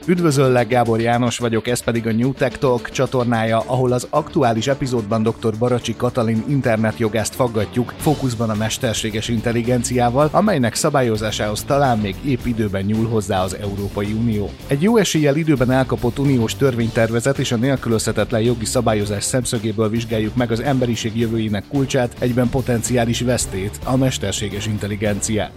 Üdvözöllek, Gábor János vagyok, ez pedig a New Tech Talk csatornája, ahol az aktuális epizódban dr. Baracsi Katalin internetjogászt faggatjuk fókuszban a mesterséges intelligenciával, amelynek szabályozásához talán még épp időben nyúl hozzá az Európai Unió. Egy jó eséllyel időben elkapott uniós törvénytervezet és a nélkülözhetetlen jogi szabályozás szemszögéből vizsgáljuk meg az emberiség jövőjének kulcsát, egyben potenciális vesztét, a mesterséges intelligenciát.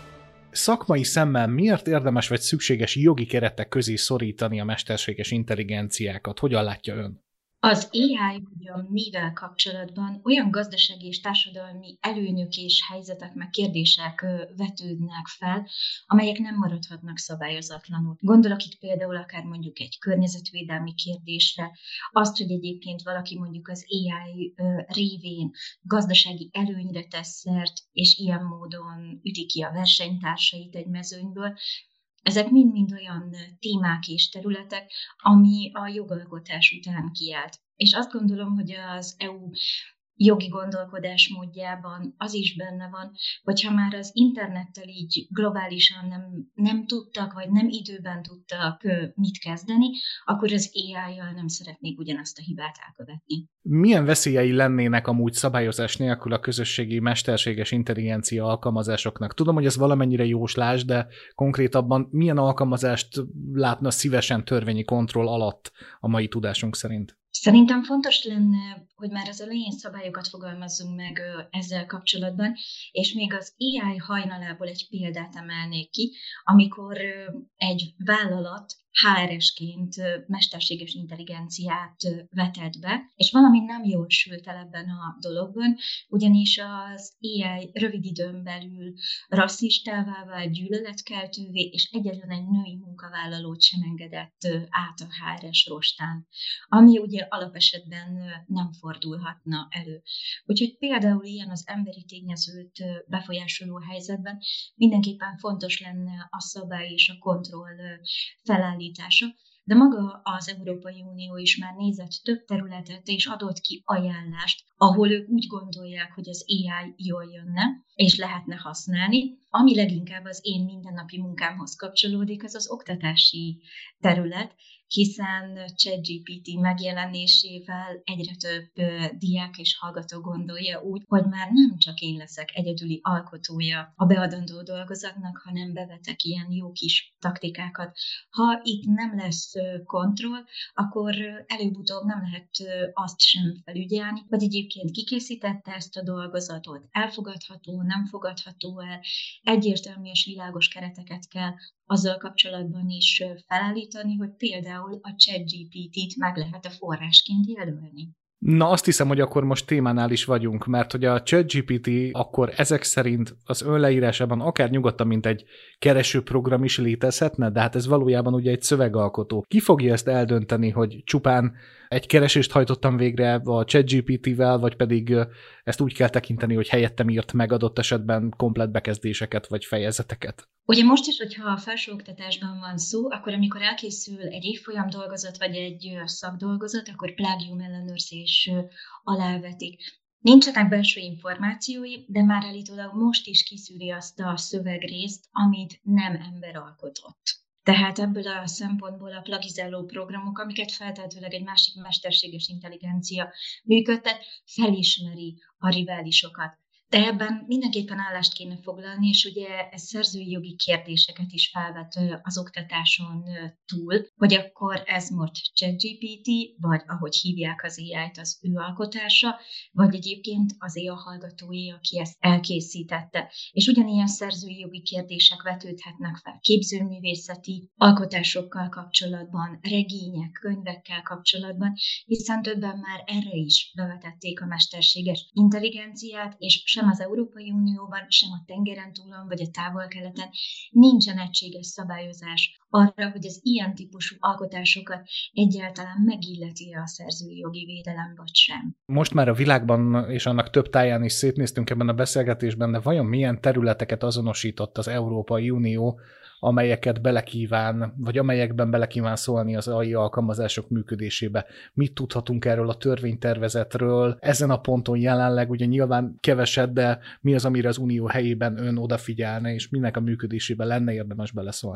Szakmai szemmel miért érdemes vagy szükséges jogi keretek közé szorítani a mesterséges intelligenciákat? Hogyan látja ön? Az AI mivel kapcsolatban olyan gazdasági és társadalmi előnyök és helyzetek meg kérdések vetődnek fel, amelyek nem maradhatnak szabályozatlanul. Gondolok itt például akár mondjuk egy környezetvédelmi kérdésre, azt, hogy egyébként valaki mondjuk az AI révén gazdasági előnyre tesz szert, és ilyen módon üti ki a versenytársait egy mezőnyből. Ezek mind-mind olyan témák és területek, ami a jogalkotás után kiállt. És azt gondolom, hogy az EU jogi gondolkodásmódjában az is benne van, hogyha már az internettel így globálisan nem tudtak, vagy nem időben tudtak mit kezdeni, akkor az AI-jal nem szeretnék ugyanazt a hibát elkövetni. Milyen veszélyei lennének amúgy szabályozás nélkül a közösségi mesterséges intelligencia alkalmazásoknak? Tudom, hogy ez valamennyire jóslás, de konkrétabban milyen alkalmazást látna szívesen törvényi kontroll alatt a mai tudásunk szerint? Szerintem fontos lenne, hogy már az elején szabályokat fogalmazzunk meg ezzel kapcsolatban, és még az AI hajnalából egy példát emelnék ki, amikor egy vállalat HR-esként mesterséges intelligenciát vetett be, és valami nem jól sült el ebben a dologban, ugyanis az AI rövid időn belül rasszistává vált, gyűlöletkeltővé, és egyetlen egy női munkavállalót sem engedett át a HR-es rostán, ami ugye alapesetben nem fordulhatna elő. Úgyhogy például ilyen az emberi tényezőt befolyásoló helyzetben mindenképpen fontos lenne a szabály és a kontroll felállítása, de maga az Európai Unió is már nézett több területet és adott ki ajánlást, ahol ők úgy gondolják, hogy az AI jól jönne és lehetne használni. Ami leginkább az én mindennapi munkámhoz kapcsolódik, az az oktatási terület, hiszen ChatGPT megjelenésével egyre több diák és hallgató gondolja úgy, hogy már nem csak én leszek egyedüli alkotója a beadandó dolgozatnak, hanem bevetek ilyen jó kis taktikákat. Ha itt nem lesz kontroll, akkor előbb-utóbb nem lehet azt sem felügyelni, hogy egyébként kikészítette ezt a dolgozatot, elfogadható, nem fogadható el, egyértelmű és világos kereteket kell azzal kapcsolatban is felállítani, hogy például a ChatGPT-t meg lehet a forrásként jelölni. Na, azt hiszem, hogy akkor most témánál is vagyunk, mert hogy a ChatGPT akkor ezek szerint az önleírásában akár nyugodtan, mint egy keresőprogram is létezhetne, de hát ez valójában ugye egy szövegalkotó. Ki fogja ezt eldönteni, hogy csupán egy keresést hajtottam végre a ChatGPT-vel, vagy pedig ezt úgy kell tekinteni, hogy helyettem írt meg adott esetben komplett bekezdéseket vagy fejezeteket? Ugye most is, hogyha a felsőoktatásban van szó, akkor amikor elkészül egy évfolyam dolgozat vagy egy szakdolgozat, akkor plágium ellenőrzés alá vetik. Nincsenek belső információi, de már állítólag most is kiszűri azt a szövegrészt, amit nem ember alkotott. Tehát ebből a szempontból a plagizáló programok, amiket feltehetőleg egy másik mesterséges intelligencia működtet, felismeri a riválisokat. De ebben mindenképpen állást kéne foglalni, és ugye ez szerzői jogi kérdéseket is felvet az oktatáson túl, hogy akkor ez most ChatGPT, vagy ahogy hívják az AI-t, az ő alkotása, vagy egyébként az AI hallgatói, aki ezt elkészítette. És ugyanilyen szerzői jogi kérdések vetődhetnek fel képzőművészeti alkotásokkal kapcsolatban, regények, könyvekkel kapcsolatban, hiszen többen már erre is bevetették a mesterséges intelligenciát, és sem az Európai Unióban, sem a tengeren túlon, vagy a távol-keleten nincsen egységes szabályozás arra, hogy az ilyen típusú alkotásokat egyáltalán megilleti a szerzői jogi védelem, vagy sem. Most már a világban és annak több táján is szétnéztünk ebben a beszélgetésben, de vajon milyen területeket azonosított az Európai Unió, amelyeket belekíván, vagy amelyekben belekíván szólni az AI alkalmazások működésébe. Mit tudhatunk erről a törvénytervezetről? Ezen a ponton jelenleg ugye nyilván keveset, de mi az, amire az Unió helyében ön odafigyelne, és minek a működésébe lenne érdemes beleszólni?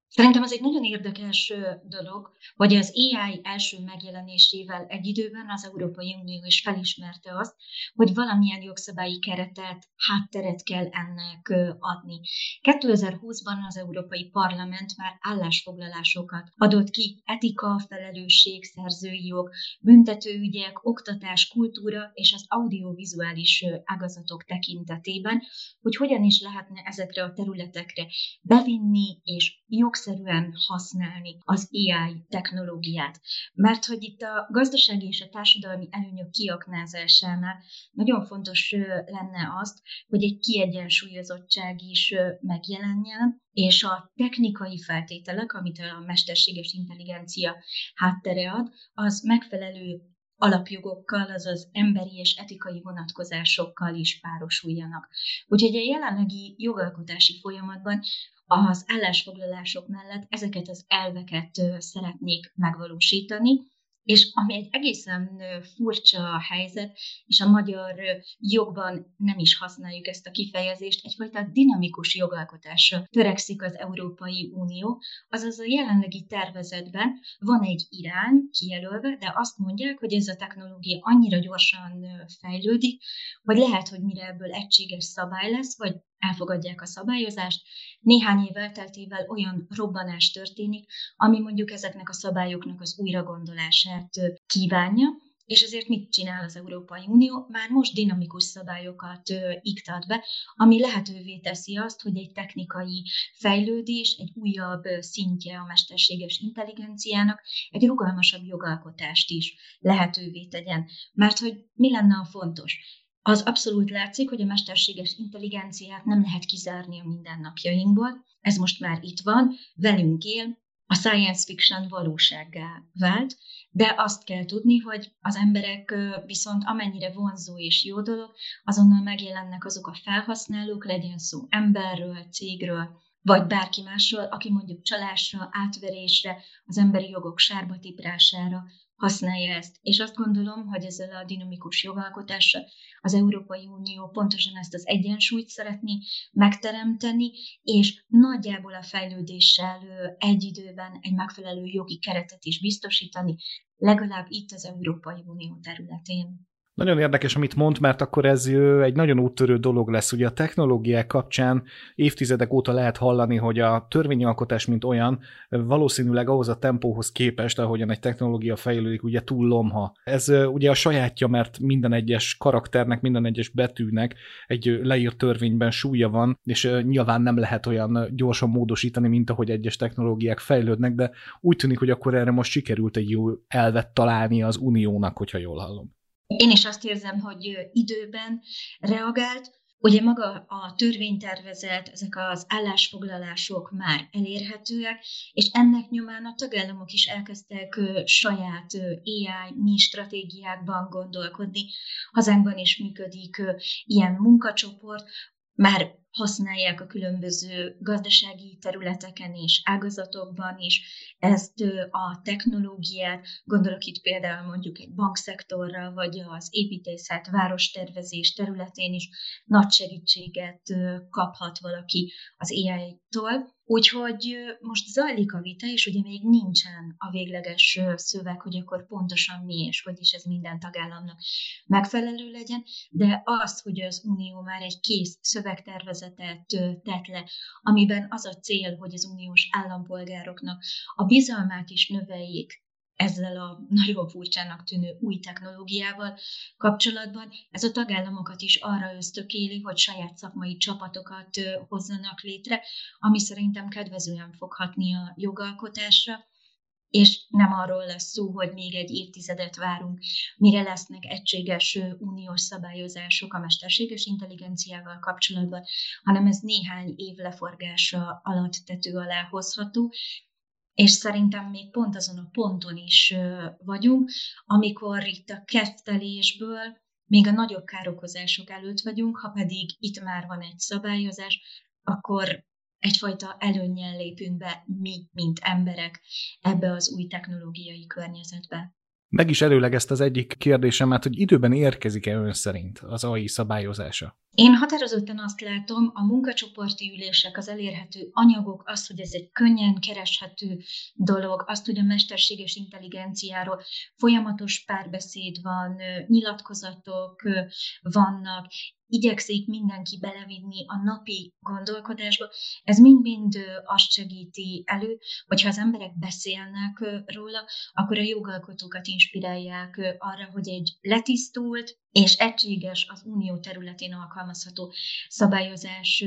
Szerintem ez egy nagyon érdekes dolog, hogy az AI első megjelenésével egy időben az Európai Unió is felismerte azt, hogy valamilyen jogszabályi keretet, hátteret kell ennek adni. 2020-ban az Európai Parlament már állásfoglalásokat adott ki etika, felelősség, szerzői jog, büntetőügyek, oktatás, kultúra és az audiovizuális ágazatok tekintetében, hogy hogyan is lehetne ezekre a területekre bevinni és jogszerűen használni az AI technológiát. Mert hogy itt a gazdasági és a társadalmi előnyök kiaknázásánál nagyon fontos lenne azt, hogy egy kiegyensúlyozottság is megjelenjen, és a technikai feltételek, amit a mesterséges intelligencia háttere ad, az megfelelő alapjogokkal, azaz emberi és etikai vonatkozásokkal is párosuljanak. Úgyhogy a jelenlegi jogalkotási folyamatban az állásfoglalások mellett ezeket az elveket szeretnék megvalósítani, és ami egy egészen furcsa helyzet, és a magyar jogban nem is használjuk ezt a kifejezést, egyfajta dinamikus jogalkotásra törekszik az Európai Unió, azaz a jelenlegi tervezetben van egy irány kijelölve, de azt mondják, hogy ez a technológia annyira gyorsan fejlődik, hogy lehet, hogy mire ebből egységes szabály lesz, vagy elfogadják a szabályozást, néhány év elteltével olyan robbanás történik, ami mondjuk ezeknek a szabályoknak az újragondolását kívánja, és ezért mit csinál az Európai Unió? Már most dinamikus szabályokat iktat be, ami lehetővé teszi azt, hogy egy technikai fejlődés, egy újabb szintje a mesterséges intelligenciának egy rugalmasabb jogalkotást is lehetővé tegyen. Mert hogy mi lenne a fontos? Az abszolút látszik, hogy a mesterséges intelligenciát nem lehet kizárni a mindennapjainkból. Ez most már itt van, velünk él, a science fiction valósággá vált, de azt kell tudni, hogy az emberek viszont amennyire vonzó és jó dolog, azonnal megjelennek azok a felhasználók, legyen szó emberről, cégről, vagy bárki másról, aki mondjuk csalásra, átverésre, az emberi jogok sárba tiprására használja ezt. És azt gondolom, hogy ezzel a dinamikus jogalkotással az Európai Unió pontosan ezt az egyensúlyt szeretné megteremteni, és nagyjából a fejlődéssel egy időben egy megfelelő jogi keretet is biztosítani, legalább itt az Európai Unió területén. Nagyon érdekes, amit mond, mert akkor ez egy nagyon úttörő dolog lesz. Ugye a technológiák kapcsán évtizedek óta lehet hallani, hogy a törvényalkotás, mint olyan, valószínűleg ahhoz a tempóhoz képest, ahogyan egy technológia fejlődik, ugye túl lomha. Ez ugye a sajátja, mert minden egyes karakternek, minden egyes betűnek egy leírt törvényben súlya van, és nyilván nem lehet olyan gyorsan módosítani, mint ahogy egyes technológiák fejlődnek, de úgy tűnik, hogy akkor erre most sikerült egy jó elvet találni az uniónak, hogyha jól hallom. Én is azt érzem, hogy időben reagált. Ugye maga a törvénytervezet, ezek az állásfoglalások már elérhetőek, és ennek nyomán a tagállamok is elkezdtek saját AI mi stratégiákban gondolkodni. Hazánkban is működik ilyen munkacsoport, már használják a különböző gazdasági területeken és ágazatokban is ezt a technológiát, gondolok itt például mondjuk egy bankszektorra, vagy az építészet, várostervezés területén is nagy segítséget kaphat valaki az AI-tól. Úgyhogy most zajlik a vita, és ugye még nincsen a végleges szöveg, hogy akkor pontosan mi és hogy is ez minden tagállamnak megfelelő legyen, de az, hogy az Unió már egy kész szövegtervezetet tett le, amiben az a cél, hogy az uniós állampolgároknak a bizalmát is növeljék ezzel a nagyon furcsának tűnő új technológiával kapcsolatban, ez a tagállamokat is arra ösztökéli, hogy saját szakmai csapatokat hozzanak létre, ami szerintem kedvezően fog hatni a jogalkotásra, és nem arról lesz szó, hogy még egy évtizedet várunk, mire lesznek egységes uniós szabályozások a mesterséges intelligenciával kapcsolatban, hanem ez néhány év leforgása alatt tető alá hozható, és szerintem még pont azon a ponton is vagyunk, amikor itt a kettelésből még a nagyobb károkozások előtt vagyunk, ha pedig itt már van egy szabályozás, akkor egyfajta előnnyel lépünk be mi, mint emberek ebbe az új technológiai környezetbe. Meg is előlegezte az egyik kérdésemet, hogy időben érkezik-e ön szerint az AI szabályozása? Én határozottan azt látom, a munkacsoporti ülések, az elérhető anyagok, az, hogy ez egy könnyen kereshető dolog, azt, hogy a mesterséges intelligenciáról folyamatos párbeszéd van, nyilatkozatok vannak, igyekszik mindenki belevinni a napi gondolkodásba. Ez mind-mind azt segíti elő, hogyha az emberek beszélnek róla, akkor a jogalkotókat inspirálják arra, hogy egy letisztult és egységes, az unió területén alkalmazható szabályozás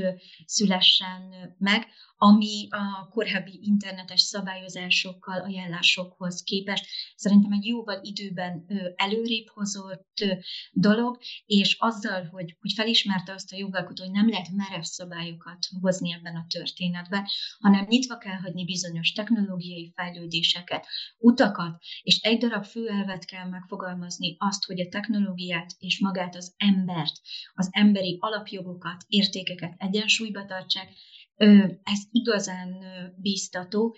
szülessen meg, ami a korábbi internetes szabályozásokkal, ajánlásokhoz képest szerintem egy jóval időben előrébb hozott dolog, és azzal, hogy felismerte azt a jogalkotó, hogy nem lehet merev szabályokat hozni ebben a történetben, hanem nyitva kell hagyni bizonyos technológiai fejlődéseket, utakat, és egy darab főelvet kell megfogalmazni azt, hogy a technológiát és magát az embert, az emberi alapjogokat, értékeket egyensúlyba tartsák. Ez igazán bíztató,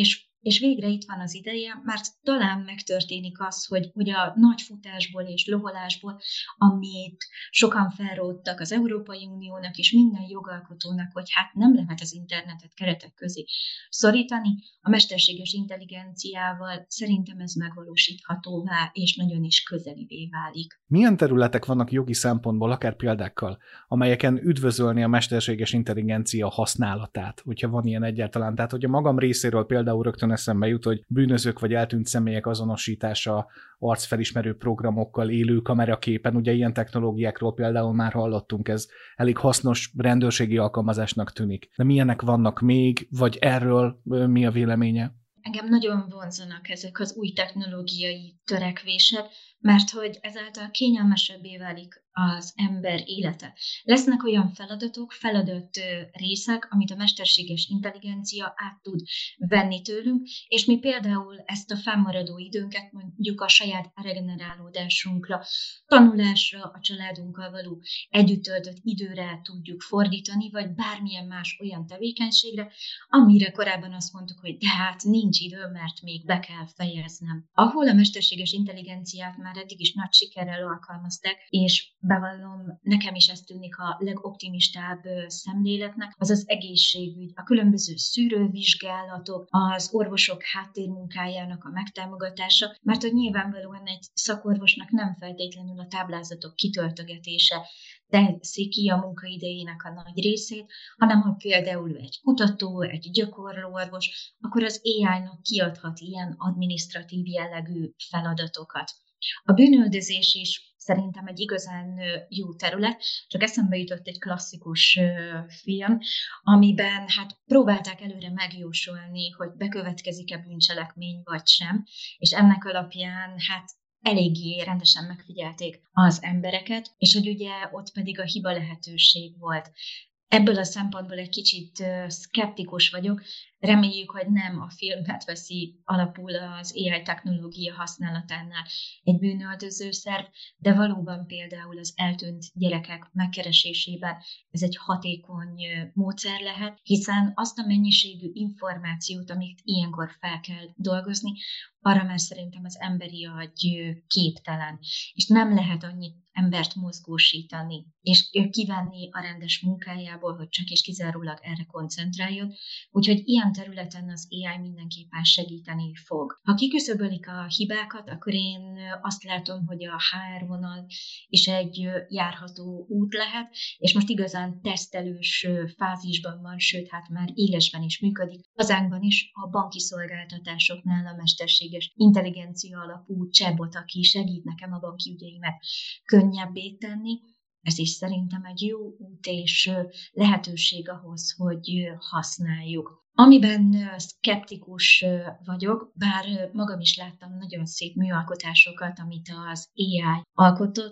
és végre itt van az ideje, mert talán megtörténik az, hogy a nagy futásból és loholásból, amit sokan felróttak az Európai Uniónak és minden jogalkotónak, hogy hát nem lehet az internetet keretek közé szorítani, a mesterséges intelligenciával szerintem ez megvalósíthatóvá és nagyon is közelivé válik. Milyen területek vannak jogi szempontból, akár példákkal, amelyeken üdvözölni a mesterséges intelligencia használatát, hogyha van ilyen egyáltalán? Tehát, hogy a magam részéről például rögtön eszembe jut, hogy bűnözők vagy eltűnt személyek azonosítása arcfelismerő programokkal, élő kameraképen, ugye ilyen technológiákról például már hallottunk, ez elég hasznos rendőrségi alkalmazásnak tűnik. De milyenek vannak még, vagy erről mi a véleménye? Engem nagyon vonzanak ezek az új technológiai törekvések, mert hogy ezáltal kényelmesebbé válik az ember élete. Lesznek olyan feladat részek, amit a mesterséges intelligencia át tud venni tőlünk, és mi például ezt a fennmaradó időnket mondjuk a saját regenerálódásunkra, tanulásra, a családunkkal való együtt töltött időre tudjuk fordítani, vagy bármilyen más olyan tevékenységre, amire korábban azt mondtuk, hogy de hát nincs idő, mert még be kell fejeznem. Ahol a mesterséges intelligenciát már eddig is nagy sikerrel alkalmazták, és bevallom, nekem is ez tűnik a legoptimistább szemléletnek, az az egészségügy, a különböző szűrővizsgálatok, az orvosok háttérmunkájának a megtámogatása, mert hogy nyilvánvalóan egy szakorvosnak nem feltétlenül a táblázatok kitöltögetése teszi ki a munkaidejének a nagy részét, hanem ha például egy kutató, egy gyakorló orvos, akkor az AI-nak kiadhat ilyen adminisztratív jellegű feladatokat. A bűnüldözés is szerintem egy igazán jó terület, csak eszembe jutott egy klasszikus film, amiben hát próbálták előre megjósolni, hogy bekövetkezik-e bűncselekmény vagy sem, és ennek alapján hát eléggé rendesen megfigyelték az embereket, és hogy ugye ott pedig a hiba lehetőség volt. Ebből a szempontból egy kicsit szkeptikus vagyok. Reméljük, hogy nem a filmet veszi alapul az AI technológia használatánál egy bűnöldöző szerv, de valóban például az eltűnt gyerekek megkeresésében ez egy hatékony módszer lehet, hiszen azt a mennyiségű információt, amit ilyenkor fel kell dolgozni, arra már szerintem az emberi agy képtelen, és nem lehet annyit embert mozgósítani, és kivenni a rendes munkájából, hogy csak és kizárólag erre koncentráljon. Úgyhogy ilyen területen az AI mindenképpen segíteni fog. Ha kiküszöbölik a hibákat, akkor én azt látom, hogy a HR vonal is egy járható út lehet, és most igazán tesztelős fázisban van, sőt, hát már élesben is működik. Hazánkban is a banki szolgáltatásoknál a mesterséges intelligencia alapú chatbot, aki segít nekem a banki ügyeimet könnyebbé tenni. Ez is szerintem egy jó út és lehetőség ahhoz, hogy használjuk. Amiben szkeptikus vagyok, bár magam is láttam nagyon szép műalkotásokat, amit az AI alkotott,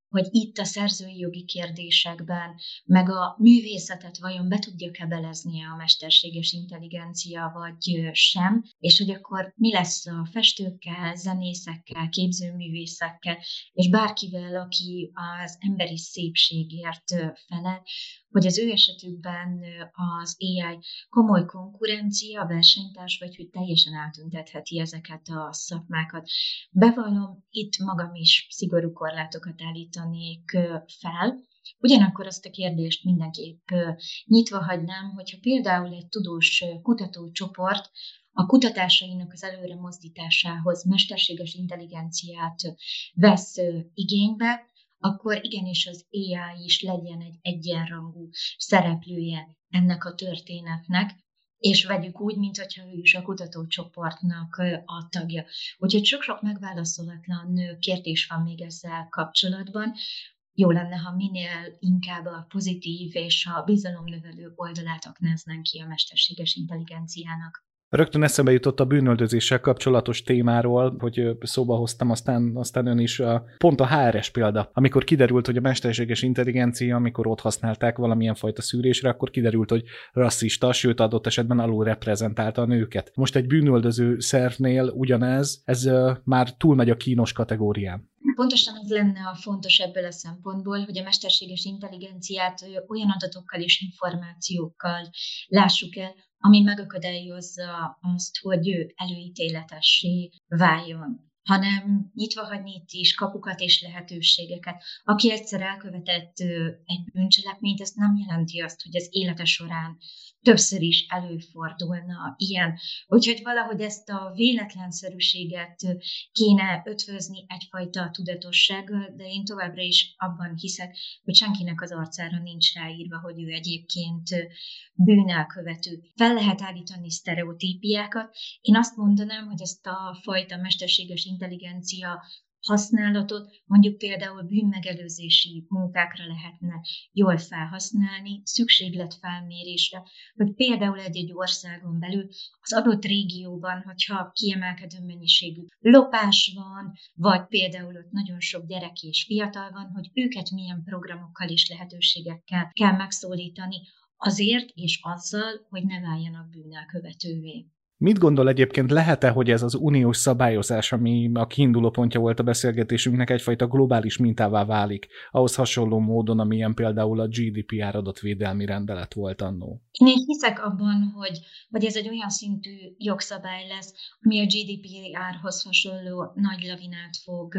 hogy itt a szerzői jogi kérdésekben, meg a művészetet vajon be tudja kebelezni a mesterséges intelligencia, vagy sem, és hogy akkor mi lesz a festőkkel, zenészekkel, képzőművészekkel, és bárkivel, aki az emberi szépségért felel, hogy az ő esetükben az AI komoly konkurencia, versenytárs, vagy hogy teljesen átüntetheti ezeket a szakmákat. Bevallom, itt magam is szigorú korlátokat állítanék fel. Ugyanakkor azt a kérdést mindenképp nyitva hagynám, hogyha például egy tudós kutatócsoport a kutatásainak az előre mozdításához mesterséges intelligenciát vesz igénybe, akkor igenis az AI is legyen egy egyenrangú szereplője ennek a történetnek, és vegyük úgy, mintha ő is a kutatócsoportnak a tagja. Úgyhogy sok-sok megválaszolatlan kérdés van még ezzel kapcsolatban. Jó lenne, ha minél inkább a pozitív és a bizalomnövelő oldalát aknáznánk ki a mesterséges intelligenciának. Rögtön eszembe jutott a bűnöldözéssel kapcsolatos témáról, hogy szóba hoztam, aztán ön is pont a HRS példa. Amikor kiderült, hogy a mesterséges intelligencia, amikor ott használták valamilyen fajta szűrésre, akkor kiderült, hogy rasszista, sőt adott esetben alulreprezentálta a nőket. Most egy bűnöldöző szervnél ugyanez, ez már túlmegy a kínos kategórián. Pontosan az lenne a fontos ebből a szempontból, hogy a mesterséges intelligenciát olyan adatokkal és információkkal lássuk el, ami megakadályozza azt, hogy ő előítéletessé váljon, hanem nyitva hagyni itt is kapukat és lehetőségeket. Aki egyszer elkövetett egy bűncselekményt, ez nem jelenti azt, hogy az élete során többször is előfordulna ilyen. Úgyhogy valahogy ezt a véletlenszerűséget kéne ötvözni egyfajta tudatossággal, de én továbbra is abban hiszek, hogy senkinek az arcára nincs ráírva, hogy ő egyébként bűnelkövető. Fel lehet állítani sztereotípiákat. Én azt mondanám, hogy ezt a fajta mesterséges intelligencia használatot mondjuk például bűnmegelőzési munkákra lehetne jól felhasználni, szükségletfelmérésre, hogy például egy országon belül az adott régióban, hogyha kiemelkedő mennyiségű lopás van, vagy például ott nagyon sok gyerek és fiatal van, hogy őket milyen programokkal és lehetőségekkel kell megszólítani azért és azzal, hogy ne váljanak bűnelkövetővé. Mit gondol egyébként, lehet-e, hogy ez az uniós szabályozás, ami a kiinduló pontja volt a beszélgetésünknek, egyfajta globális mintává válik, ahhoz hasonló módon, amilyen például a GDPR adatvédelmi rendelet volt annó? Én hiszek abban, hogy ez egy olyan szintű jogszabály lesz, ami a GDPR-hoz hasonló nagy lavinát fog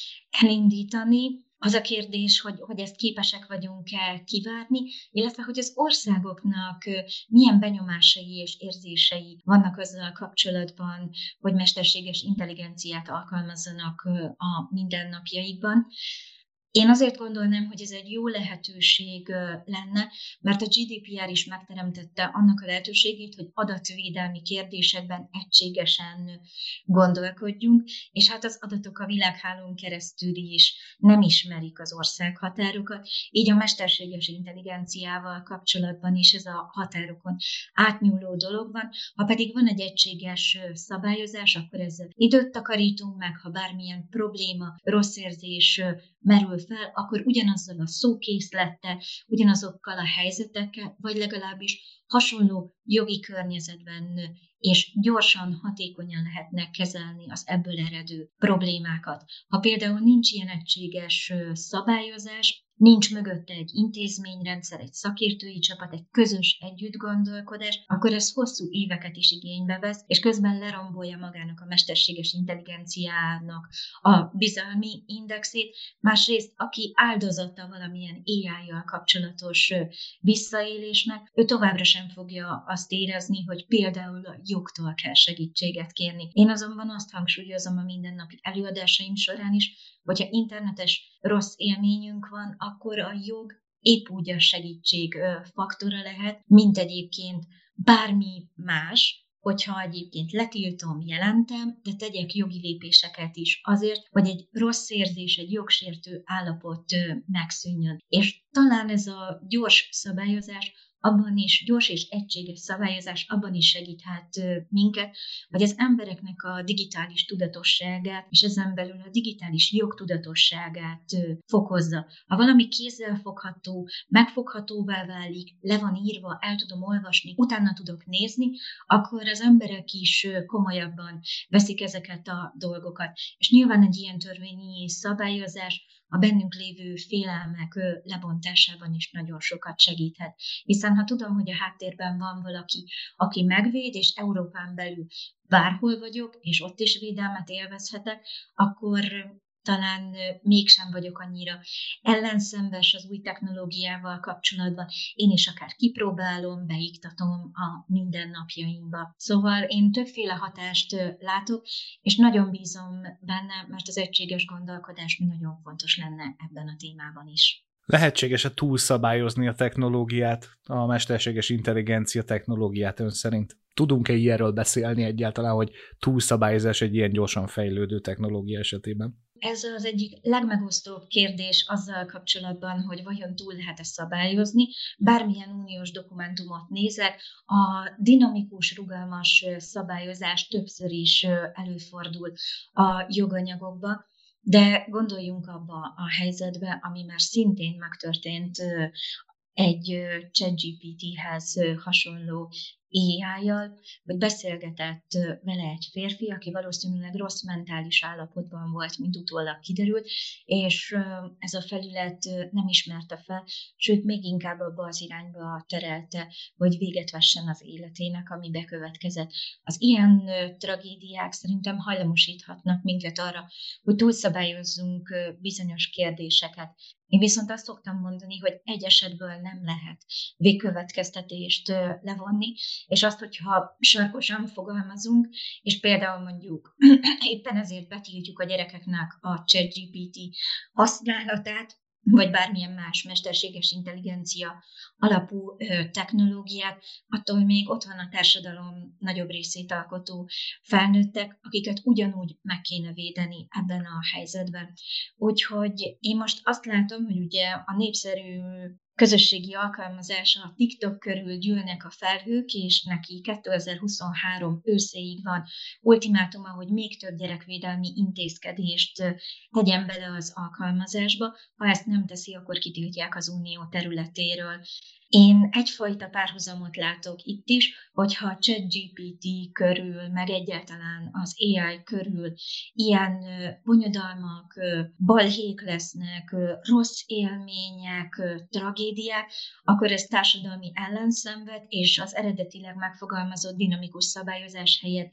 elindítani. Az a kérdés, hogy ezt képesek vagyunk-e kivárni, illetve hogy az országoknak milyen benyomásai és érzései vannak azzal kapcsolatban, hogy mesterséges intelligenciát alkalmazzanak a mindennapjaikban. Én azért gondolnám, hogy ez egy jó lehetőség lenne, mert a GDPR is megteremtette annak a lehetőségét, hogy adatvédelmi kérdésekben egységesen gondolkodjunk, és hát az adatok a világhálón keresztül is nem ismerik az országhatárokat, így a mesterséges intelligenciával kapcsolatban is ez a határokon átnyúló dolog van. Ha pedig van egy egységes szabályozás, akkor ezzel időt takarítunk meg, ha bármilyen probléma, rossz érzés merül fel, akkor ugyanazzal a szókészlettel, ugyanazokkal a helyzetekkel, vagy legalábbis hasonló jogi környezetben és gyorsan, hatékonyan lehetne kezelni az ebből eredő problémákat. Ha például nincs ilyen egységes szabályozás, nincs mögötte egy intézményrendszer, egy szakértői csapat, egy közös együttgondolkodás, akkor ez hosszú éveket is igénybe vesz, és közben lerombolja magának a mesterséges intelligenciának a bizalmi indexét. Másrészt, aki áldozata valamilyen AI-jal kapcsolatos visszaélésnek, ő továbbra sem fogja azt érezni, hogy például a jogtól kell segítséget kérni. Én azonban azt hangsúlyozom a mindennapi előadásaim során is, hogyha internetes rossz élményünk van, akkor a jog épp úgy a segítség faktora lehet, mint egyébként bármi más, hogyha egyébként letiltom, jelentem, de tegyek jogi lépéseket is azért, hogy egy rossz érzés, egy jogsértő állapot megszűnjön. És talán ez a gyors szabályozás abban is gyors és egységes szabályozás abban is segíthet minket, hogy az embereknek a digitális tudatosságát, és ezen belül a digitális jogtudatosságát fokozza. Ha valami kézzelfogható, megfoghatóvá válik, le van írva, el tudom olvasni, utána tudok nézni, akkor az emberek is komolyabban veszik ezeket a dolgokat. És nyilván egy ilyen törvényi szabályozás a bennünk lévő félelmek lebontásában is nagyon sokat segíthet. Hiszen ha tudom, hogy a háttérben van valaki, aki megvéd, és Európán belül bárhol vagyok, és ott is védelmet élvezhetek, akkor talán mégsem vagyok annyira ellenszenves az új technológiával kapcsolatban. Én is akár kipróbálom, beiktatom a mindennapjaimba. Szóval én többféle hatást látok, és nagyon bízom benne, mert az egységes gondolkodás nagyon fontos lenne ebben a témában is. Lehetséges-e túlszabályozni a technológiát, a mesterséges intelligencia technológiát ön szerint? Tudunk-e ilyenről beszélni egyáltalán, hogy túlszabályozás egy ilyen gyorsan fejlődő technológia esetében? Ez az egyik legmegosztóbb kérdés azzal kapcsolatban, hogy vajon túl lehet-e szabályozni. Bármilyen uniós dokumentumot nézek, a dinamikus, rugalmas szabályozás többször is előfordul a joganyagokba, de gondoljunk abba a helyzetbe, ami már szintén megtörtént egy ChatGPT-hez hasonló AI-jal, hogy beszélgetett vele egy férfi, aki valószínűleg rossz mentális állapotban volt, mint utólag kiderült, és ez a felület nem ismerte fel, sőt, még inkább abba az irányba terelte, hogy véget vessen az életének, ami bekövetkezett. Az ilyen tragédiák szerintem hajlamosíthatnak minket arra, hogy túlszabályozzunk bizonyos kérdéseket. Én viszont azt szoktam mondani, hogy egy esetből nem lehet végkövetkeztetést levonni, és azt, hogyha sarkosan fogalmazunk, és például mondjuk éppen ezért betiltjuk a gyerekeknek a ChatGPT használatát, vagy bármilyen más mesterséges intelligencia alapú technológiát, attól még ott van a társadalom nagyobb részét alkotó felnőttek, akiket ugyanúgy meg kéne védeni ebben a helyzetben. Úgyhogy én most azt látom, hogy ugye a népszerű közösségi alkalmazás a TikTok körül gyűlnek a felhők, és neki 2023 őszéig van ultimátuma, hogy még több gyerekvédelmi intézkedést tegyen bele az alkalmazásba. Ha ezt nem teszi, akkor kitiltják az unió területéről. Én egyfajta párhuzamot látok itt is, hogyha a ChatGPT körül, meg egyáltalán az AI körül ilyen bonyodalmak, balhék lesznek, rossz élmények, tragédiák, akkor ez társadalmi ellenszenvet, és az eredetileg megfogalmazott dinamikus szabályozás helyett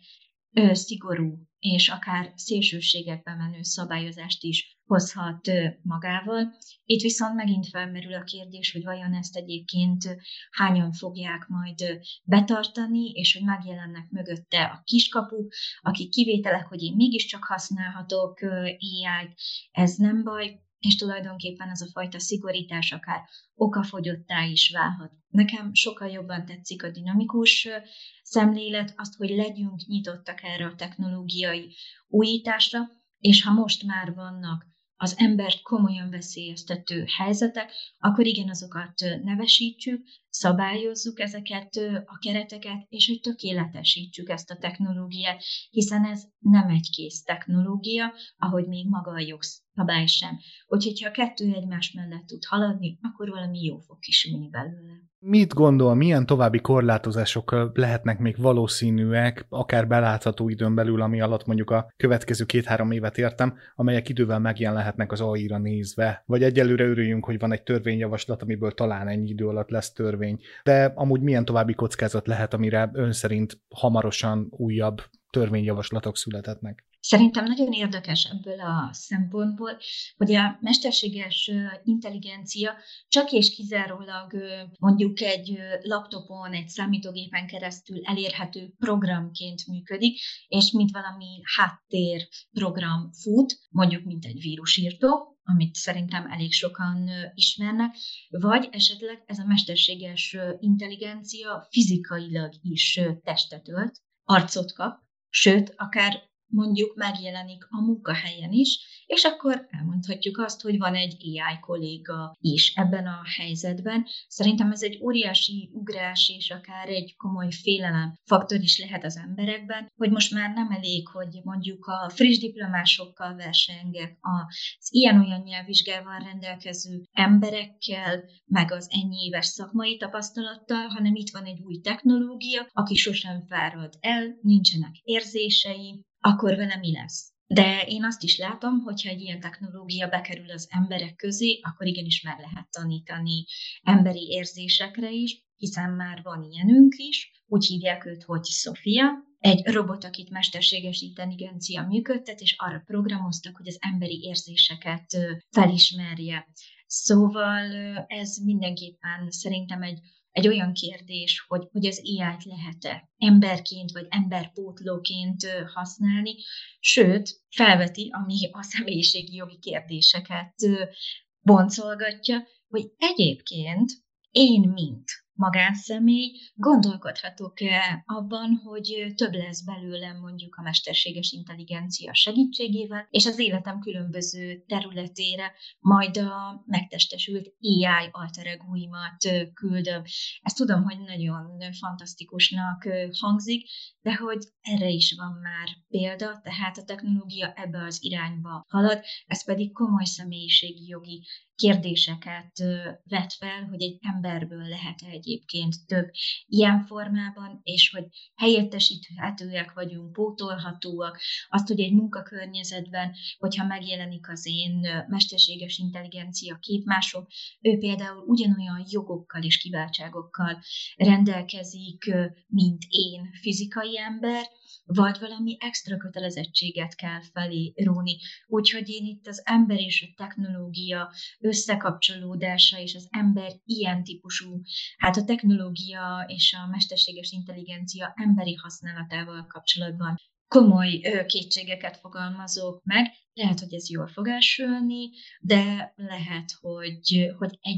szigorú és akár szélsőségekbe menő szabályozást is hozhat magával. Itt viszont megint felmerül a kérdés, hogy vajon ezt egyébként hányan fogják majd betartani, és hogy megjelennek mögötte a kiskapuk, akik kivételek, hogy én mégiscsak használhatok AI-t, ez nem baj, és tulajdonképpen ez a fajta szigorítás akár okafogyottá is válhat. Nekem sokkal jobban tetszik a dinamikus szemlélet, azt, hogy legyünk nyitottak erre a technológiai újításra, és ha most már vannak az embert komolyan veszélyeztető helyzetek, akkor igen, azokat nevesítsük, szabályozzuk ezeket a kereteket, és hogy tökéletesítsük ezt a technológiát, hiszen ez nem egy kész technológia, ahogy még maga a jogszabály sem. Úgyhogy ha a kettő egymás mellett tud haladni, akkor valami jó fog kisülni belőle. Mit gondol, milyen további korlátozások lehetnek még valószínűek, akár belátható időn belül, ami alatt mondjuk a következő 2-3 évet értem, amelyek idővel megjelenhetnek az AI-ra nézve? Vagy egyelőre örüljünk, hogy van egy törvényjavaslat, amiből talán ennyi idő alatt lesz törvény. De amúgy milyen további kockázat lehet, amire ön szerint hamarosan újabb törvényjavaslatok születhetnek? Szerintem nagyon érdekes ebből a szempontból, hogy a mesterséges intelligencia csak és kizárólag mondjuk egy laptopon, egy számítógépen keresztül elérhető programként működik, és mint valami háttérprogram fut, mondjuk mint egy vírusírtó, amit szerintem elég sokan ismernek, vagy esetleg ez a mesterséges intelligencia fizikailag is testet ölt, arcot kap, sőt, akár mondjuk megjelenik a munkahelyen is, és akkor elmondhatjuk azt, hogy van egy AI kolléga is ebben a helyzetben. Szerintem ez egy óriási ugrás, és akár egy komoly félelem faktor is lehet az emberekben, hogy most már nem elég, hogy mondjuk a friss diplomásokkal versengek, az ilyen-olyan nyelvvizsgával rendelkező emberekkel, meg az ennyi éves szakmai tapasztalattal, hanem itt van egy új technológia, aki sosem fárad el, nincsenek érzései, akkor vele mi lesz? De én azt is látom, hogyha egy ilyen technológia bekerül az emberek közé, akkor igenis meg lehet tanítani emberi érzésekre is, hiszen már van ilyenünk is, úgy hívják őt, hogy Sofia, egy robot, akit mesterséges intelligencia működtet, és arra programoztak, hogy az emberi érzéseket felismerje. Szóval ez mindenképpen szerintem egy olyan kérdés, hogy az AI-t lehet-e emberként vagy emberpótlóként használni, sőt, felveti, ami a személyiségi jogi kérdéseket boncolgatja, hogy egyébként én, mint magánszemély, gondolkodhatok-e abban, hogy több lesz belőlem mondjuk a mesterséges intelligencia segítségével, és az életem különböző területére majd a megtestesült AI alter egóimat küldöm. Ezt tudom, hogy nagyon fantasztikusnak hangzik, de hogy erre is van már példa, tehát a technológia ebbe az irányba halad, ez pedig komoly személyiségi jogi kérdéseket vet fel, hogy egy emberből lehet egyébként több ilyen formában, és hogy helyettesíthetőek vagyunk, pótolhatóak, azt, hogy egy munkakörnyezetben, hogyha megjelenik az én mesterséges intelligencia képmásom, ő például ugyanolyan jogokkal és kiváltságokkal rendelkezik, mint én fizikai ember, vagy valami extra kötelezettséget kell felé róni. Úgyhogy én itt az ember és a technológia összekapcsolódása és az ember ilyen típusú, hát a technológia és a mesterséges intelligencia emberi használatával kapcsolatban komoly kétségeket fogalmazok meg. Lehet, hogy ez jól fog elsülni, de lehet, hogy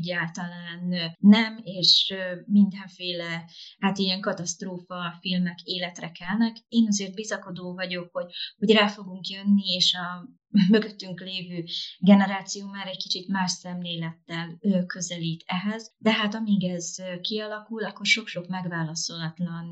egyáltalán nem, és mindenféle ilyen katasztrófa filmek életre kelnek. Én azért bizakodó vagyok, hogy rá fogunk jönni, és a mögöttünk lévő generáció már egy kicsit más szemlélettel közelít ehhez, de hát amíg ez kialakul, akkor sok-sok megválaszolatlan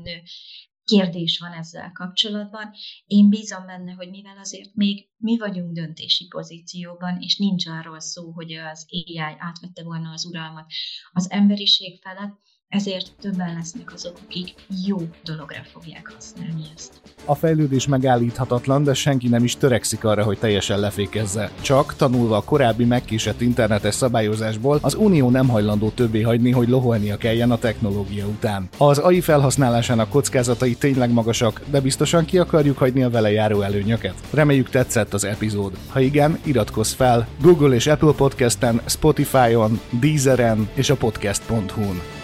kérdés van ezzel kapcsolatban. Én bízom benne, hogy mivel azért még mi vagyunk döntési pozícióban, és nincs arról szó, hogy az AI átvette volna az uralmat az emberiség felett, ezért többen lesznek azok, akik jó dologra fogják használni ezt. A fejlődés megállíthatatlan, de senki nem is törekszik arra, hogy teljesen lefékezze. Csak tanulva a korábbi megkésett internetes szabályozásból, az Unió nem hajlandó többé hagyni, hogy loholnia kelljen a technológia után. Az AI felhasználásának kockázatai tényleg magasak, de biztosan ki akarjuk hagyni a vele járó előnyöket. Reméljük tetszett az epizód. Ha igen, iratkozz fel Google és Apple Podcasten, Spotify-on, Deezeren és a podcast.hu-n.